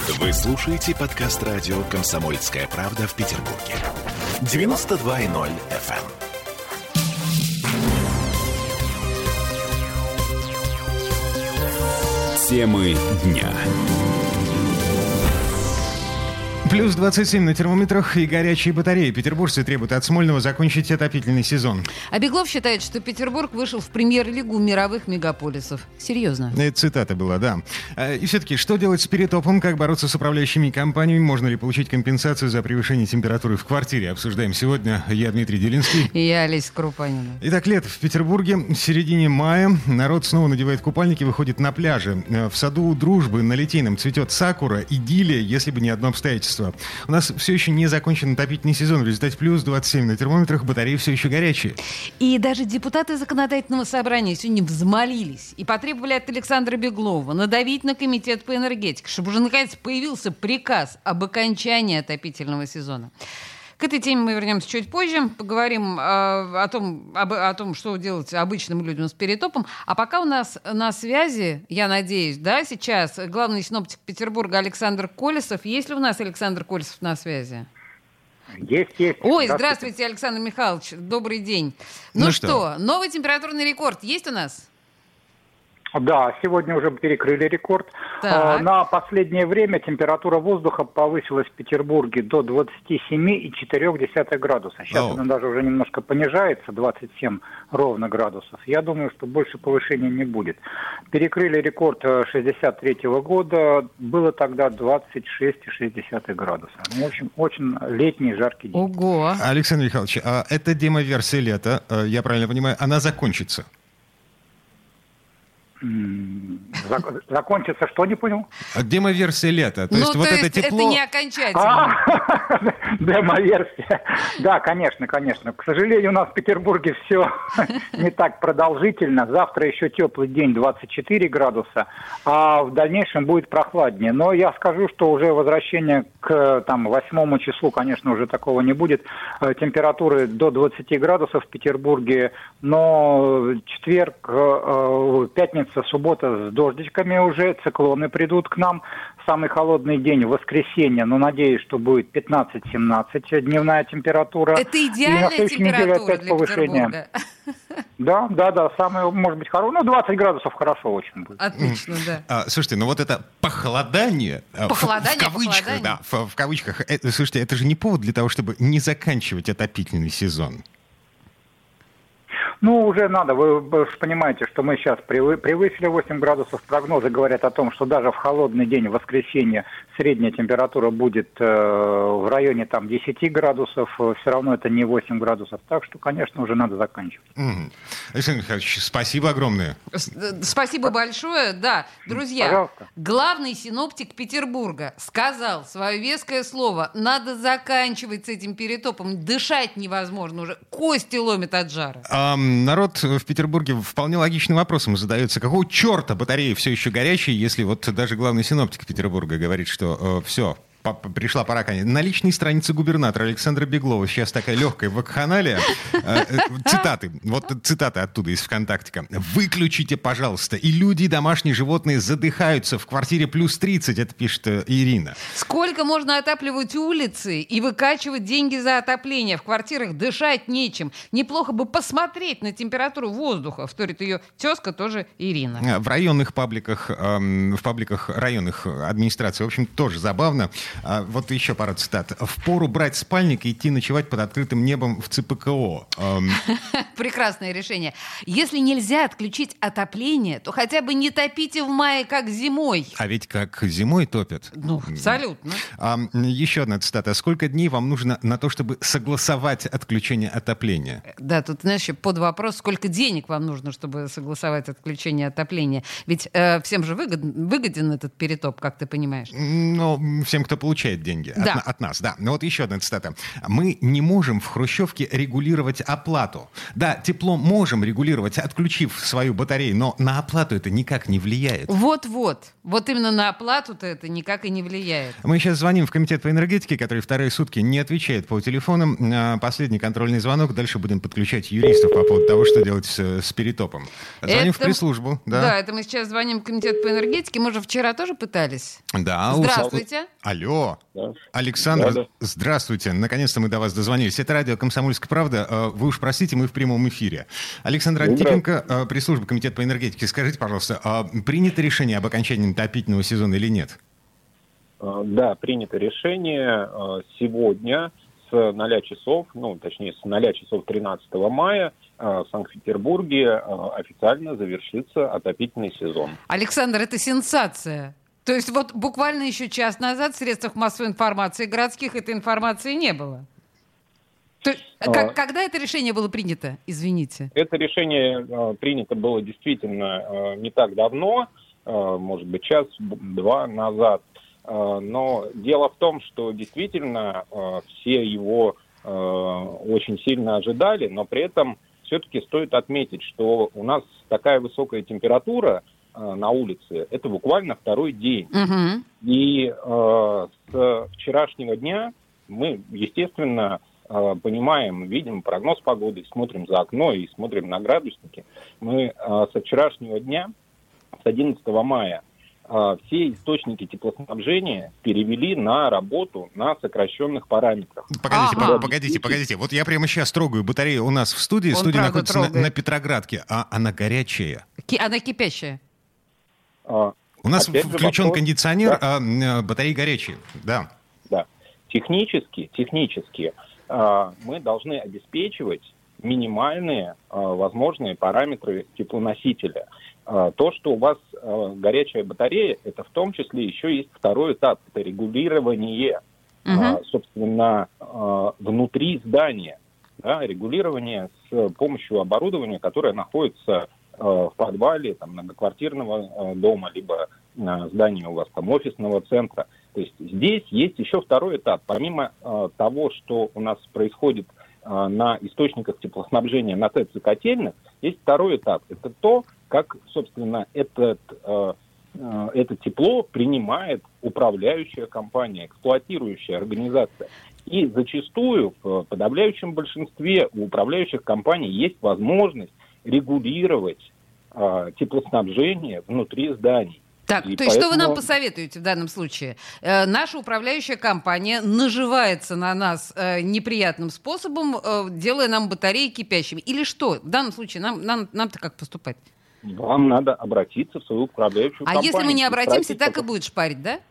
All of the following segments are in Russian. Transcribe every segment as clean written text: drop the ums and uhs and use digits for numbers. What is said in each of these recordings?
Вы слушаете подкаст радио «Комсомольская правда» в Петербурге. 92.0 FM. Темы дня. Плюс 27 на термометрах и горячие батареи. Петербуржцы требуют от Смольного закончить отопительный сезон. А Беглов считает, что Петербург вышел в премьер-лигу мировых мегаполисов. Серьезно. Это цитата была, да. И все-таки, что делать с перетопом? Как бороться с управляющими компаниями? Можно ли получить компенсацию за превышение температуры в квартире? Обсуждаем сегодня. Я Дмитрий Делинский. И я Олеся Крупанина. Итак, лето в Петербурге. В середине мая народ снова надевает купальники, выходит на пляжи. В саду Дружбы на Литейном цветет сакура, идиллия, если бы не одно обстоятельство. У нас все еще не закончен отопительный сезон. В результате плюс 27 на термометрах, батареи все еще горячие. И даже депутаты законодательного собрания сегодня взмолились и потребовали от Александра Беглова надавить на комитет по энергетике, чтобы уже наконец появился приказ об окончании отопительного сезона. К этой теме мы вернемся чуть позже. Поговорим о том, что делать обычным людям с перетопом. А пока у нас на связи, я надеюсь, да, сейчас главный синоптик Петербурга Александр Колесов. Есть ли у нас Александр Колесов на связи? Есть. Ой, здравствуйте, Александр Михайлович. Добрый день. Ну что, новый температурный рекорд есть у нас? Да, сегодня уже перекрыли рекорд. Так. На последнее время температура воздуха повысилась в Петербурге до 27,4 градуса. Сейчас она даже уже немножко понижается, 27 ровно градусов. Я думаю, что больше повышения не будет. Перекрыли рекорд 63 года, было тогда 26,6 градуса. В общем, очень летний жаркий день. Ого! Александр Михайлович, эта демо-версия лета, я правильно понимаю, она закончится? Закончится, что, не понял? Демо-версия лета. То есть вот это тепло... это не окончательно. Демо-версия. Да, конечно. К сожалению, у нас в Петербурге все не так продолжительно. Завтра еще теплый день, 24 градуса, а в дальнейшем будет прохладнее. Но я скажу, что уже возвращение к 8 числу, конечно, уже такого не будет. Температуры до 20 градусов в Петербурге, но четверг, пятница, суббота с дождичками уже, циклоны придут к нам. Самый холодный день в воскресенье, но надеюсь, что будет 15-17 дневная температура. Это идеальная температура для Петербурга. Да, самый, может быть, хороший. 20 градусов хорошо очень будет. Отлично, да. Слушайте, вот это похолодание, в кавычках, слушайте, это же не повод для того, чтобы не заканчивать отопительный сезон. Уже надо. Вы же понимаете, что мы сейчас превысили 8 градусов. Прогнозы говорят о том, что даже в холодный день, в воскресенье, средняя температура будет в районе 10 градусов. Все равно это не 8 градусов. Так что, конечно, уже надо заканчивать. Александр Михайлович, спасибо огромное. Спасибо большое. Да, друзья, пожалуйста. Главный синоптик Петербурга сказал свое веское слово. Надо заканчивать с этим перетопом. Дышать невозможно уже. Кости ломят от жара. Народ в Петербурге вполне логичным вопросом задается. Какого черта батареи все еще горячие, если вот даже главный синоптик Петербурга говорит, что все, пришла пора конец. На личной странице губернатора Александра Беглова сейчас такая легкая вакханалия. Цитаты. Вот цитаты оттуда из ВКонтактика. «Выключите, пожалуйста. И люди, и домашние животные задыхаются. В квартире плюс 30», это пишет Ирина. Сколько можно отапливать улицы и выкачивать деньги за отопление? В квартирах дышать нечем. Неплохо бы посмотреть на температуру воздуха, вторит ее тезка, тоже Ирина. В районных пабликах, в пабликах районных администраций, в общем, тоже забавно. Вот еще пара цитат. «Впору брать спальник и идти ночевать под открытым небом в ЦПКО». Прекрасное решение. Если нельзя отключить отопление, то хотя бы не топите в мае, как зимой. А ведь как зимой топят. Абсолютно. Еще одна цитата. «Сколько дней вам нужно на то, чтобы согласовать отключение отопления?» Да, тут, знаешь, еще под вопрос, сколько денег вам нужно, чтобы согласовать отключение отопления. Ведь всем же выгоден этот перетоп, как ты понимаешь. Всем, кто получает деньги Да. от нас. Да. Но вот еще одна цитата. Мы не можем в хрущевке регулировать оплату. Да, тепло можем регулировать, отключив свою батарею, но на оплату это никак не влияет. Вот-вот. Вот именно на оплату-то это никак и не влияет. Мы сейчас звоним в комитет по энергетике, который вторые сутки не отвечает по телефонам. Последний контрольный звонок. Дальше будем подключать юристов по поводу того, что делать с перетопом. Звоним в пресс-службу. Да, это мы сейчас звоним в комитет по энергетике. Мы же вчера тоже пытались. Да. Здравствуйте. Алло. Да. Александр, Да. здравствуйте. Наконец-то мы до вас дозвонились. Это радио «Комсомольская правда». Вы уж простите, мы в прямом эфире. Александр Антипенко, пресс-служба комитета по энергетике. Скажите, пожалуйста, принято решение об окончании отопительного сезона или нет? Да, принято решение сегодня с 0 часов, точнее с 0 часов 13 мая в Санкт-Петербурге официально завершится отопительный сезон. Александр, это сенсация. То есть вот буквально еще час назад в средствах массовой информации городских этой информации не было. Когда это решение было принято? Извините. Это решение принято было действительно не так давно, может быть, час-два назад. Но дело в том, что действительно все его очень сильно ожидали, но при этом все-таки стоит отметить, что у нас такая высокая температура на улице, это буквально второй день. Угу. И с вчерашнего дня мы, естественно, понимаем, видим прогноз погоды, смотрим за окно и смотрим на градусники. Мы со вчерашнего дня, с 11 мая, все источники теплоснабжения перевели на работу на сокращенных параметрах. Погодите. Вот я прямо сейчас трогаю батарею у нас в студии. Студия находится на Петроградке, а она горячая. Она кипящая. У нас включен кондиционер, да. А батареи горячие. Да. Да. Технически мы должны обеспечивать минимальные возможные параметры теплоносителя. То, что у вас горячая батарея, это в том числе еще есть второй этап, это регулирование, собственно, внутри здания. Да, регулирование с помощью оборудования, которое находится в подвале многоквартирного дома, либо здания у вас офисного центра. То есть здесь есть еще второй этап. Помимо того, что у нас происходит на источниках теплоснабжения на ТЭЦ и котельных, есть второй этап. Это то, как, собственно, это тепло принимает управляющая компания, эксплуатирующая организация. И зачастую в подавляющем большинстве у управляющих компаний есть возможность регулировать теплоснабжение внутри зданий. Так, то есть что вы нам посоветуете в данном случае? Наша управляющая компания наживается на нас неприятным способом, делая нам батареи кипящими. Или что? В данном случае нам-то как поступать? Вам надо обратиться в свою управляющую компанию. А если мы не обратимся, так и будет шпарить, да?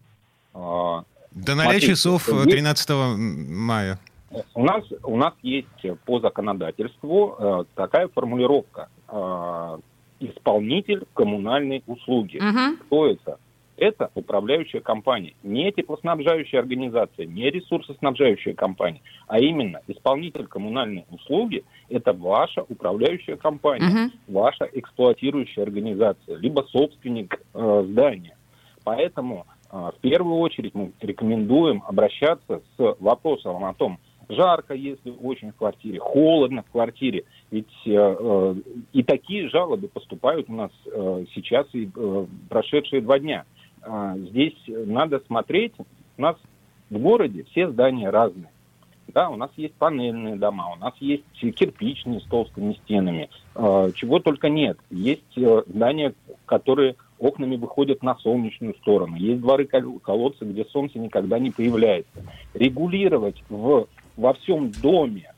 До 0 часов 13 мая. У нас есть по законодательству такая формулировка. Исполнитель коммунальной услуги. Кто это? Это управляющая компания. Не теплоснабжающая организация, не ресурсоснабжающая компания, а именно исполнитель коммунальной услуги – это ваша управляющая компания, ваша эксплуатирующая организация, либо собственник здания. Поэтому в первую очередь мы рекомендуем обращаться с вопросом о том, жарко, если очень в квартире, холодно в квартире. Ведь и такие жалобы поступают у нас сейчас и прошедшие 2 дня. Здесь надо смотреть, у нас в городе все здания разные. Да, у нас есть панельные дома, у нас есть кирпичные с толстыми стенами, чего только нет. Есть здания, которые окнами выходят на солнечную сторону, есть дворы-колодцы, где солнце никогда не появляется. Регулировать во всем доме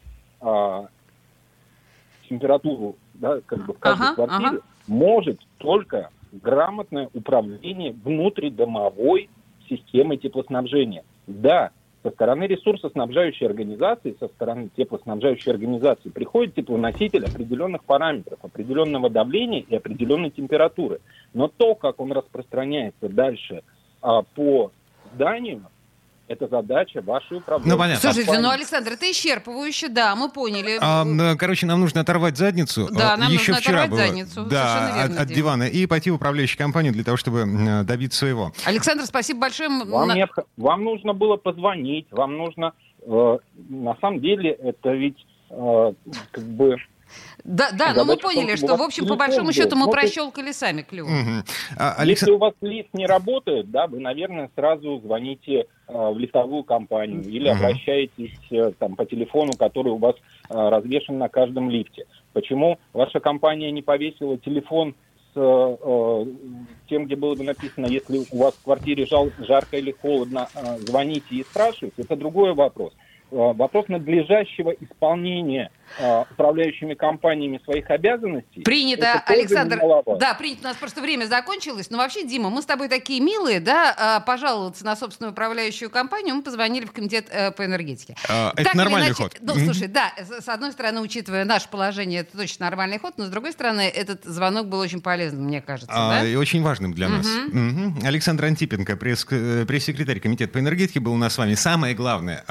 температуру, да, в каждой квартире может только грамотное управление внутридомовой системой теплоснабжения. Да, со стороны ресурсоснабжающей организации, со стороны теплоснабжающей организации приходит теплоноситель определенных параметров, определенного давления и определенной температуры. Но то, как он распространяется дальше по зданию, Это задача вашей управляющей. Ну, понятно. Слушайте, Александр, это исчерпывающе, да, мы поняли. Короче, нам нужно оторвать задницу. Да, нам еще нужно вчера оторвать было, задницу. Да, от дивана и пойти в управляющую компанию для того, чтобы добиться своего. Александр, спасибо большое. Вам нужно было позвонить, вам нужно... на самом деле, это ведь как бы... Да, но мы поняли, что, в общем, по большому счету мы прощелкали сами клювом. Если у вас лифт не работает, да, вы, наверное, сразу звоните в лифтовую компанию или обращаетесь там, по телефону, который у вас развешен на каждом лифте. Почему ваша компания не повесила телефон с тем, где было бы написано, если у вас в квартире жарко или холодно, звоните и спрашивайте, это другой вопрос. Вопрос надлежащего исполнения управляющими компаниями своих обязанностей. Принято, Александр. Да, принято. У нас просто время закончилось. Но вообще, Дима, мы с тобой такие милые, да, пожаловаться на собственную управляющую компанию. Мы позвонили в комитет по энергетике. Это нормальный ход. Ну, слушай, да, с одной стороны, учитывая наше положение, это точно нормальный ход, но с другой стороны, этот звонок был очень полезным, мне кажется. Да? И очень важным для нас. Александр Антипенко, пресс-секретарь комитета по энергетике, был у нас с вами. Самое главное...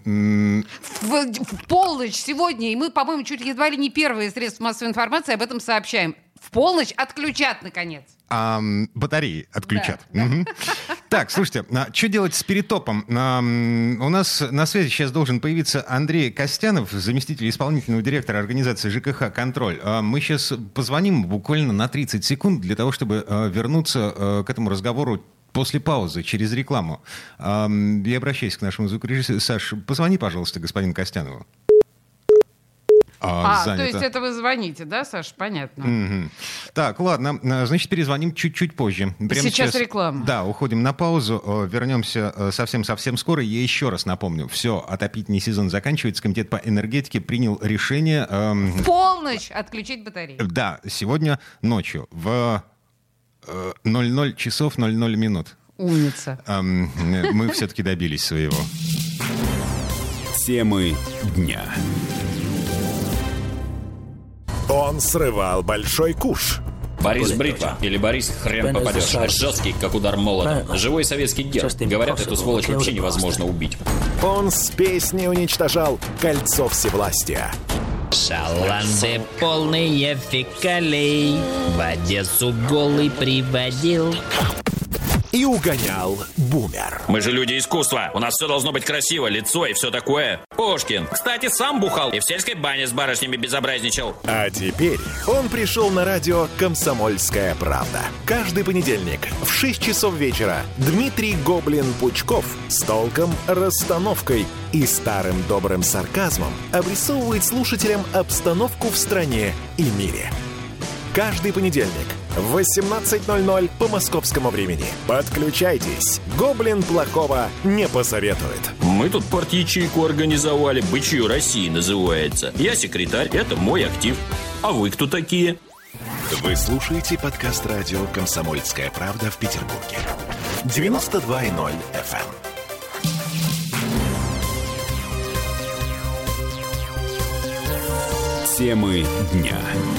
В полночь сегодня, и мы, по-моему, чуть едва ли не первые средства массовой информации об этом сообщаем. В полночь отключат, наконец. Батареи отключат. Да. Так, слушайте, что делать с перетопом? У нас на связи сейчас должен появиться Андрей Костянов, заместитель исполнительного директора организации ЖКХ «Контроль». Мы сейчас позвоним буквально на 30 секунд для того, чтобы вернуться к этому разговору после паузы, через рекламу. Я обращаюсь к нашему звукорежиссеру. Саш, позвони, пожалуйста, господину Костянову. То есть это вы звоните, да, Саш? Понятно. Так, ладно. Значит, перезвоним чуть-чуть позже. Сейчас реклама. Да, уходим на паузу. Вернемся совсем-совсем скоро. Я еще раз напомню. Все, отопительный сезон заканчивается. Комитет по энергетике принял решение... В полночь отключить батареи. Да, сегодня ночью в 00 часов 00 минут. Умница. Мы все-таки добились своего. Темы дня. Он срывал большой куш. Борис Бритва или Борис хрен попадешь. Жесткий, как удар молота. Живой советский герб. Говорят, эту сволочь вообще невозможно убить. Он с песней уничтожал кольцо всевластия. Шаланды полные фекалей в Одессу голый приводил. И угонял бумер. Мы же люди искусства. У нас все должно быть красиво, лицо и все такое. Пушкин, кстати, сам бухал и в сельской бане с барышнями безобразничал. А теперь он пришел на радио «Комсомольская правда». Каждый понедельник в 6 часов вечера Дмитрий Гоблин-Пучков с толком, расстановкой и старым добрым сарказмом обрисовывает слушателям обстановку в стране и мире. Каждый понедельник в 18:00 по московскому времени. Подключайтесь. Гоблин плохого не посоветует. Мы тут парт-ячейку организовали. «Бычью России» называется. Я секретарь, это мой актив. А вы кто такие? Вы слушаете подкаст радио «Комсомольская правда» в Петербурге. 92.0 FM. Темы дня.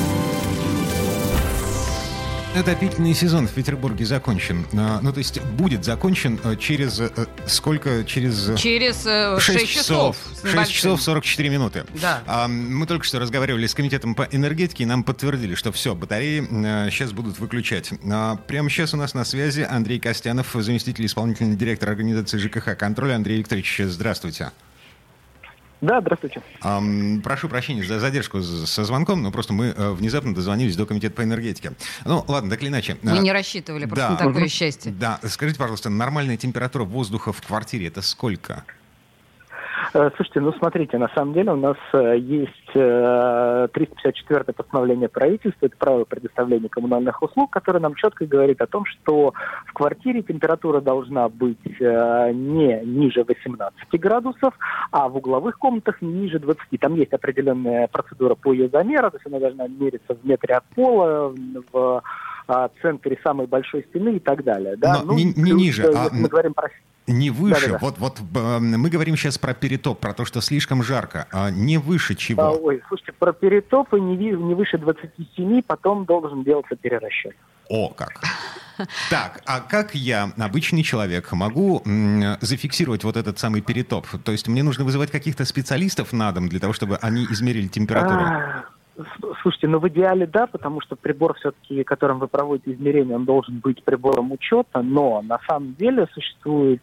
Отопительный сезон в Петербурге закончен. Ну, то есть будет закончен через сколько? Через 6 часов. 6 часов 44 минуты. Да. Мы только что разговаривали с комитетом по энергетике, и нам подтвердили, что все, батареи сейчас будут выключать. Прямо сейчас у нас на связи Андрей Костянов, заместитель исполнительного директора организации ЖКХ «Контроль». Андрей Викторович, здравствуйте. Да, здравствуйте. Прошу прощения за задержку со звонком, но просто мы внезапно дозвонились до комитета по энергетике. Ну, ладно, так или иначе. Мы не рассчитывали просто на такое счастье. Да, скажите, пожалуйста, нормальная температура воздуха в квартире — это сколько? Слушайте, ну смотрите, на самом деле у нас есть 354-е постановление правительства, это правило предоставления коммунальных услуг, которое нам четко говорит о том, что в квартире температура должна быть не ниже 18 градусов, а в угловых комнатах не ниже 20. Там есть определенная процедура по ее замеру, то есть она должна мериться в метре от пола, в центре самой большой стены и так далее. Да? Но не ниже, мы говорим про... Не выше. Да-да-да. Вот мы говорим сейчас про перетоп, про то, что слишком жарко. Не выше чего? Слушайте, про перетоп не выше 27, потом должен делаться перерасчет. О, как. Так, а как я, обычный человек, могу зафиксировать вот этот самый перетоп? То есть мне нужно вызывать каких-то специалистов на дом для того, чтобы они измерили температуру? Слушайте, в идеале да, потому что прибор все-таки, которым вы проводите измерения, он должен быть прибором учета, но на самом деле существуют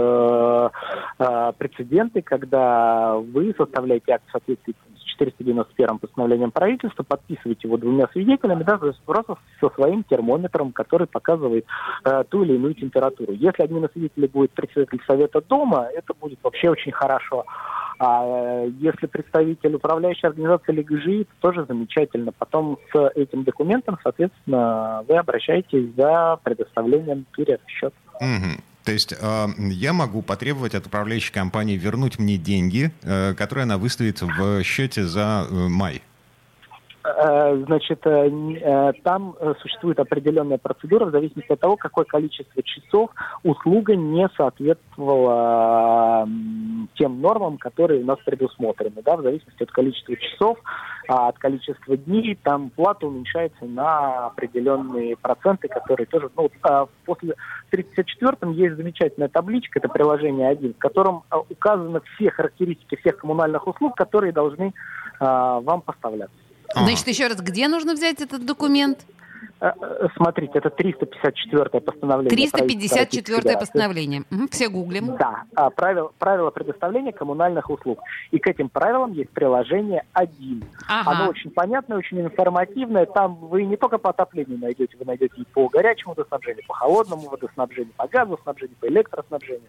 прецеденты, когда вы составляете акт в соответствии с 491 постановлением правительства, подписываете его двумя свидетелями, да, просто со своим термометром, который показывает ту или иную температуру. Если одним из свидетелей будет председатель совета дома, это будет вообще очень хорошо. А если представитель управляющей организации или ГЖИ, то тоже замечательно. Потом с этим документом, соответственно, вы обращаетесь за предоставлением перерасчета. Угу. То есть я могу потребовать от управляющей компании вернуть мне деньги, которые она выставит в счете за май? Значит, там существует определенная процедура в зависимости от того, какое количество часов услуга не соответствовала тем нормам, которые у нас предусмотрены. Да, в зависимости от количества часов, от количества дней, там плата уменьшается на определенные проценты, которые тоже... после 34-м есть замечательная табличка, это приложение 1, в котором указаны все характеристики всех коммунальных услуг, которые должны вам поставляться. Значит, еще раз, где нужно взять этот документ? Смотрите, это 354-е постановление. 354-е постановление. Угу, все гуглим. Да, правила предоставления коммунальных услуг. И к этим правилам есть приложение 1. Ага. Оно очень понятное, очень информативное. Там вы не только по отоплению найдете, вы найдете и по горячему водоснабжению, по холодному водоснабжению, по газоснабжению, по электроснабжению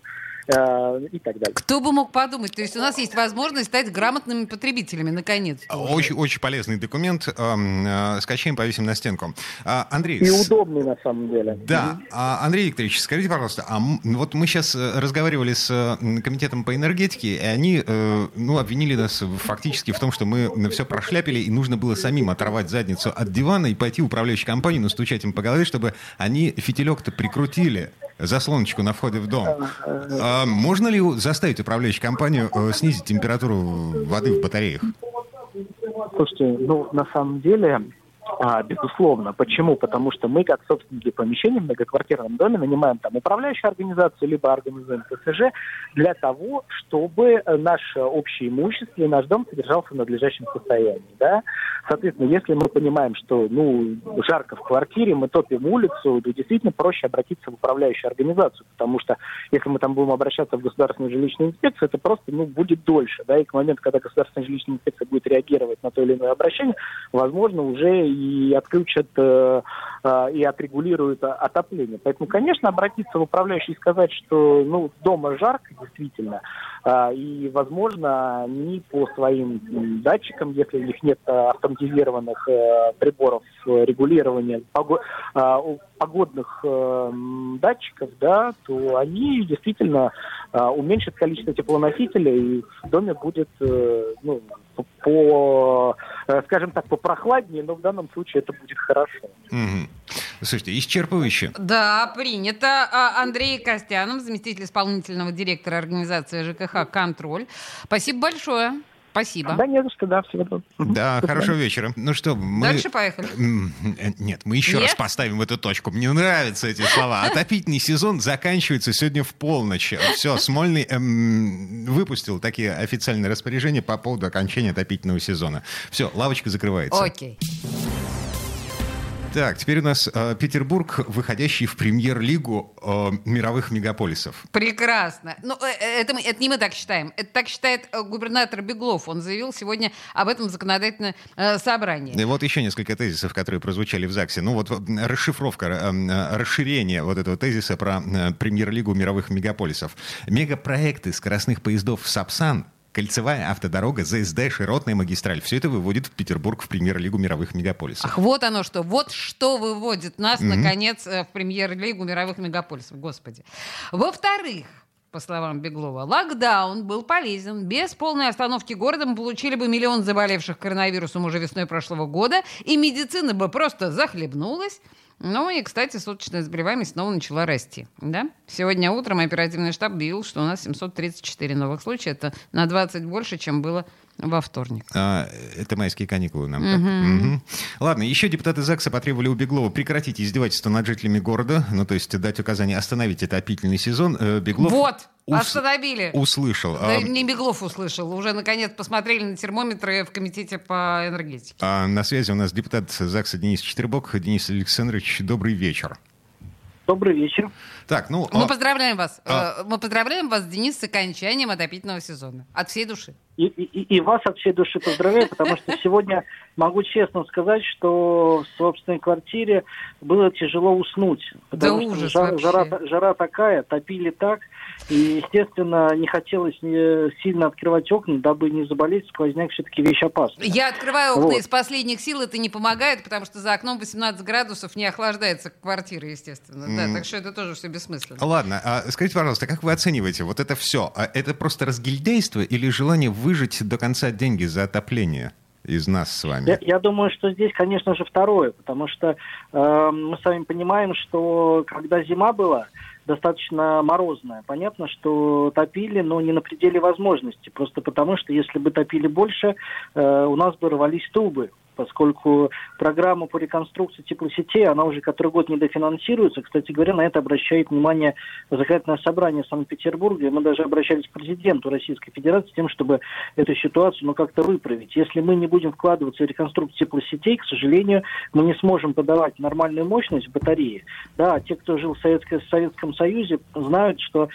и так далее. Кто бы мог подумать? То есть у нас есть возможность стать грамотными потребителями, наконец-то. Очень полезный документ. Скачаем, повесим на стенку. Андрей. И удобный, на самом деле. Да. Андрей Викторович, скажите, пожалуйста, вот мы сейчас разговаривали с комитетом по энергетике, и они обвинили нас фактически в том, что мы все прошляпили, и нужно было самим оторвать задницу от дивана и пойти в управляющую компанию, настучать им по голове, чтобы они фитилек-то прикрутили, заслоночку на входе в дом. Можно ли заставить управляющую компанию снизить температуру воды в батареях? Слушайте, на самом деле... безусловно. Почему? Потому что мы, как собственники помещений в многоквартирном доме, нанимаем там управляющую организацию, либо организуем ТСЖ для того, чтобы наше общее имущество и наш дом содержался в надлежащем состоянии. Да? Соответственно, если мы понимаем, что жарко в квартире, мы топим улицу, то действительно проще обратиться в управляющую организацию, потому что если мы там будем обращаться в государственную жилищную инспекцию, это просто будет дольше. Да? И к моменту, когда государственная жилищная инспекция будет реагировать на то или иное обращение, возможно, уже и отключат, и отрегулируют отопление. Поэтому, конечно, обратиться в управляющий и сказать, что дома жарко, действительно, и, возможно, они по своим датчикам, если у них нет автоматизированных приборов регулирования погодных датчиков, то они действительно уменьшат количество теплоносителей, и в доме будет, скажем так, попрохладнее, но в данном случае это будет хорошо. Угу. Слушайте, исчерпывающе. Да, принято. Андрей Костянов, заместитель исполнительного директора организации ЖКХ «Контроль». Спасибо большое. Спасибо. Да, не за что, да, всего доброго. Да, хорошего вечера. Ну что, мы... Дальше поехали. Нет, мы еще раз поставим эту точку. Мне нравятся эти слова. Отопительный сезон заканчивается сегодня в полночь. Все, Смольный выпустил такие официальные распоряжения по поводу окончания отопительного сезона. Все, лавочка закрывается. Окей. Так, теперь у нас Петербург, выходящий в премьер-лигу мировых мегаполисов. Прекрасно. Это не мы так считаем. Это так считает губернатор Беглов. Он заявил сегодня об этом в законодательном собрании. И вот еще несколько тезисов, которые прозвучали в ЗАГСе. Расшифровка, расширение вот этого тезиса про премьер-лигу мировых мегаполисов. Мегапроекты скоростных поездов «Сапсан», кольцевая автодорога, ЗСД, широтная магистраль. Все это выводит Петербург в премьер-лигу мировых мегаполисов. Ах, вот оно что. Вот что выводит нас, наконец, в премьер-лигу мировых мегаполисов. Господи. Во-вторых, по словам Беглова, локдаун был полезен. Без полной остановки города мы получили бы 1 миллион заболевших коронавирусом уже весной прошлого года, и медицина бы просто захлебнулась. Ну и, кстати, суточная заболеваемость снова начала расти. Да? Сегодня утром оперативный штаб объявил, что у нас 734 новых случая. Это на 20 больше, чем было во вторник. Это майские каникулы нам. Угу. Ладно, еще депутаты ЗАГСа потребовали у Беглова прекратить издевательство над жителями города, ну то есть дать указание остановить отопительный сезон. Беглов... Вот! Остановили. Услышал. Да, не Беглов услышал. Уже, наконец, посмотрели на термометры в комитете по энергетике. На связи у нас депутат ЗАГСа Денис Четербок. Денис Александрович, добрый вечер. Добрый вечер. Так, ну... Мы поздравляем вас. Мы поздравляем вас, Денис, с окончанием отопительного сезона. От всей души. И вас от всей души поздравляю, потому что сегодня могу честно сказать, что в собственной квартире было тяжело уснуть. Потому да ужас что жара такая, топили так, и, естественно, не хотелось сильно открывать окна, дабы не заболеть. Сквозняк все-таки вещь опасная. Я открываю окна из последних сил, это не помогает, потому что за окном 18 градусов не охлаждается квартира, естественно. Да, так что это тоже все бессмысленно. Ладно, скажите, пожалуйста, как вы оцениваете вот это все? Это просто разгильдяйство или желание выжать до конца деньги за отопление из нас с вами? Я думаю, что здесь, конечно же, второе, потому что мы с вами понимаем, что когда зима была достаточно морозная, понятно, что топили, но не на пределе возможностей, просто потому что если бы топили больше, у нас бы рвались трубы, поскольку программа по реконструкции теплосетей, она уже который год недофинансируется. Кстати говоря, на это обращает внимание Законодательное собрание Санкт-Петербурга. Мы даже обращались к президенту Российской Федерации с тем, чтобы эту ситуацию как-то выправить. Если мы не будем вкладываться в реконструкцию теплосетей, к сожалению, мы не сможем подавать нормальную мощность в батареи. Да, те, кто жил в Советском Союзе, знают, что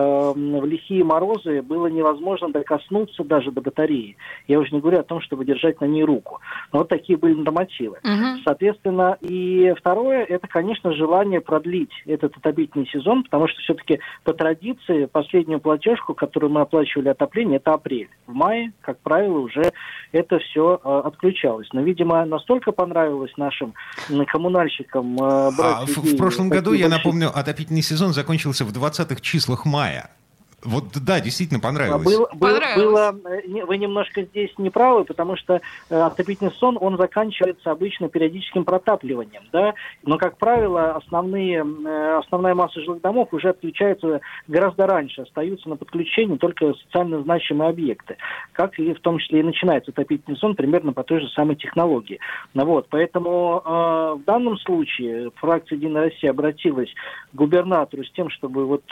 в лихие морозы было невозможно докоснуться даже до батареи. Я уже не говорю о том, чтобы держать на ней руку. Но вот такие были нормативы. Соответственно, и второе, это, конечно, желание продлить этот отопительный сезон, потому что все-таки по традиции последнюю платежку, которую мы оплачивали отопление, это апрель. В мае, как правило, уже это все отключалось. Но, видимо, настолько понравилось нашим коммунальщикам брать людей... В прошлом году, я напомню, отопительный сезон закончился в 20-х числах мая. Вот да, действительно понравилось. Было, вы немножко здесь не правы, потому что отопительный сезон, он заканчивается обычно периодическим протапливанием, да, но, как правило, основная масса жилых домов уже отключаются гораздо раньше, остаются на подключении только социально значимые объекты, как и в том числе и начинается отопительный сезон примерно по той же самой технологии. Вот, поэтому в данном случае фракция «Единая Россия» обратилась к губернатору с тем, чтобы вот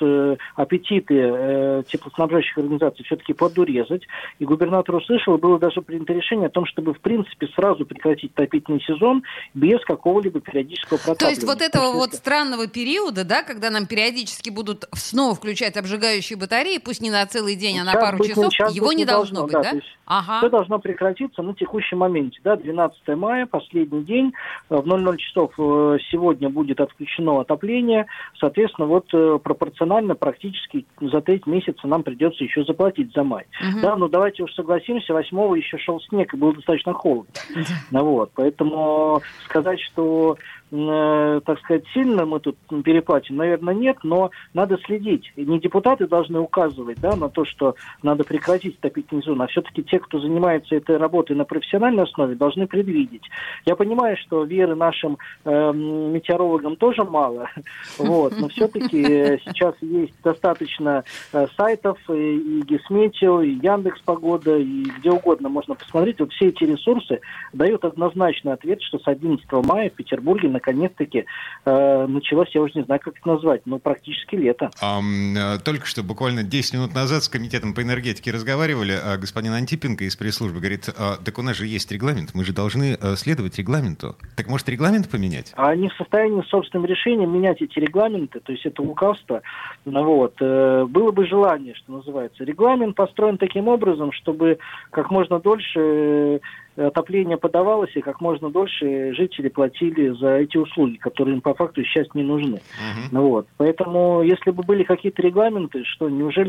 аппетиты теплоснабжающих организаций все-таки подурезать. И губернатор услышал, и было даже принято решение о том, чтобы, в принципе, сразу прекратить отопительный сезон без какого-либо периодического протапливания. То есть вот этого вот странного периода, да, когда нам периодически будут снова включать обжигающие батареи, пусть не на целый день, а на пару часов, его не должно быть, да? Ага. Все должно прекратиться на текущем моменте. Да, 12 мая, последний день, в 00 часов сегодня будет отключено отопление. Соответственно, вот пропорционально практически за треть месяца нам придется еще заплатить за май. Да, но давайте уж согласимся, 8-го еще шел снег и было достаточно холодно. Вот, поэтому сказать, что так сказать, сильно мы тут переплатим, наверное, нет, но надо следить. И не депутаты должны указывать, да, на то, что надо прекратить отопительный сезон, а все-таки те, кто занимается этой работой на профессиональной основе, должны предвидеть. Я понимаю, что веры нашим метеорологам тоже мало, вот, но все-таки сейчас есть достаточно сайтов, и Гисметео, и Яндекс.Погода, и где угодно можно посмотреть. Вот все эти ресурсы дают однозначный ответ, что с 11 мая в Петербурге наконец-таки началось, я уже не знаю, как это назвать, но практически лето. Только что, буквально 10 минут назад с комитетом по энергетике разговаривали. Господин Антипенко из пресс-службы говорит, так у нас же есть регламент, мы же должны следовать регламенту. Так может регламент поменять? Они в состоянии собственным решением менять эти регламенты, то есть это лукавство. Вот. Было бы желание, что называется. Регламент построен таким образом, чтобы как можно дольше отопление подавалось, и как можно дольше жители платили за эти услуги, которые им по факту сейчас не нужны. Вот. Поэтому, если бы были какие-то регламенты, что неужели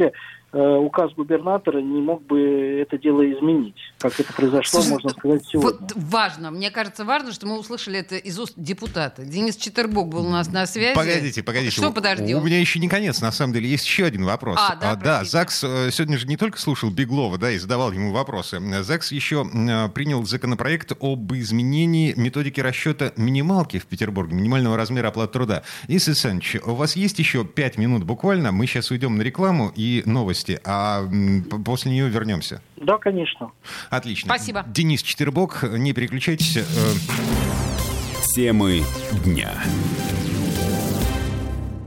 указ губернатора не мог бы это дело изменить, как это произошло, можно сказать, сегодня. Вот важно, мне кажется, важно, что мы услышали это из уст депутата. Денис Четербок был у нас на связи. Погодите. Что, подожди? У меня еще не конец, на самом деле, есть еще один вопрос. Да, ЗАГС сегодня же не только слушал Беглова, да, и задавал ему вопросы. ЗАГС еще принял законопроект об изменении методики расчета минималки в Петербурге, минимального размера оплаты труда. Денис Александрович, у вас есть еще 5 минут буквально, мы сейчас уйдем на рекламу и новости, а после нее вернемся. Да, конечно. Отлично. Спасибо. Денис Четербок, не переключайтесь. Темы дня.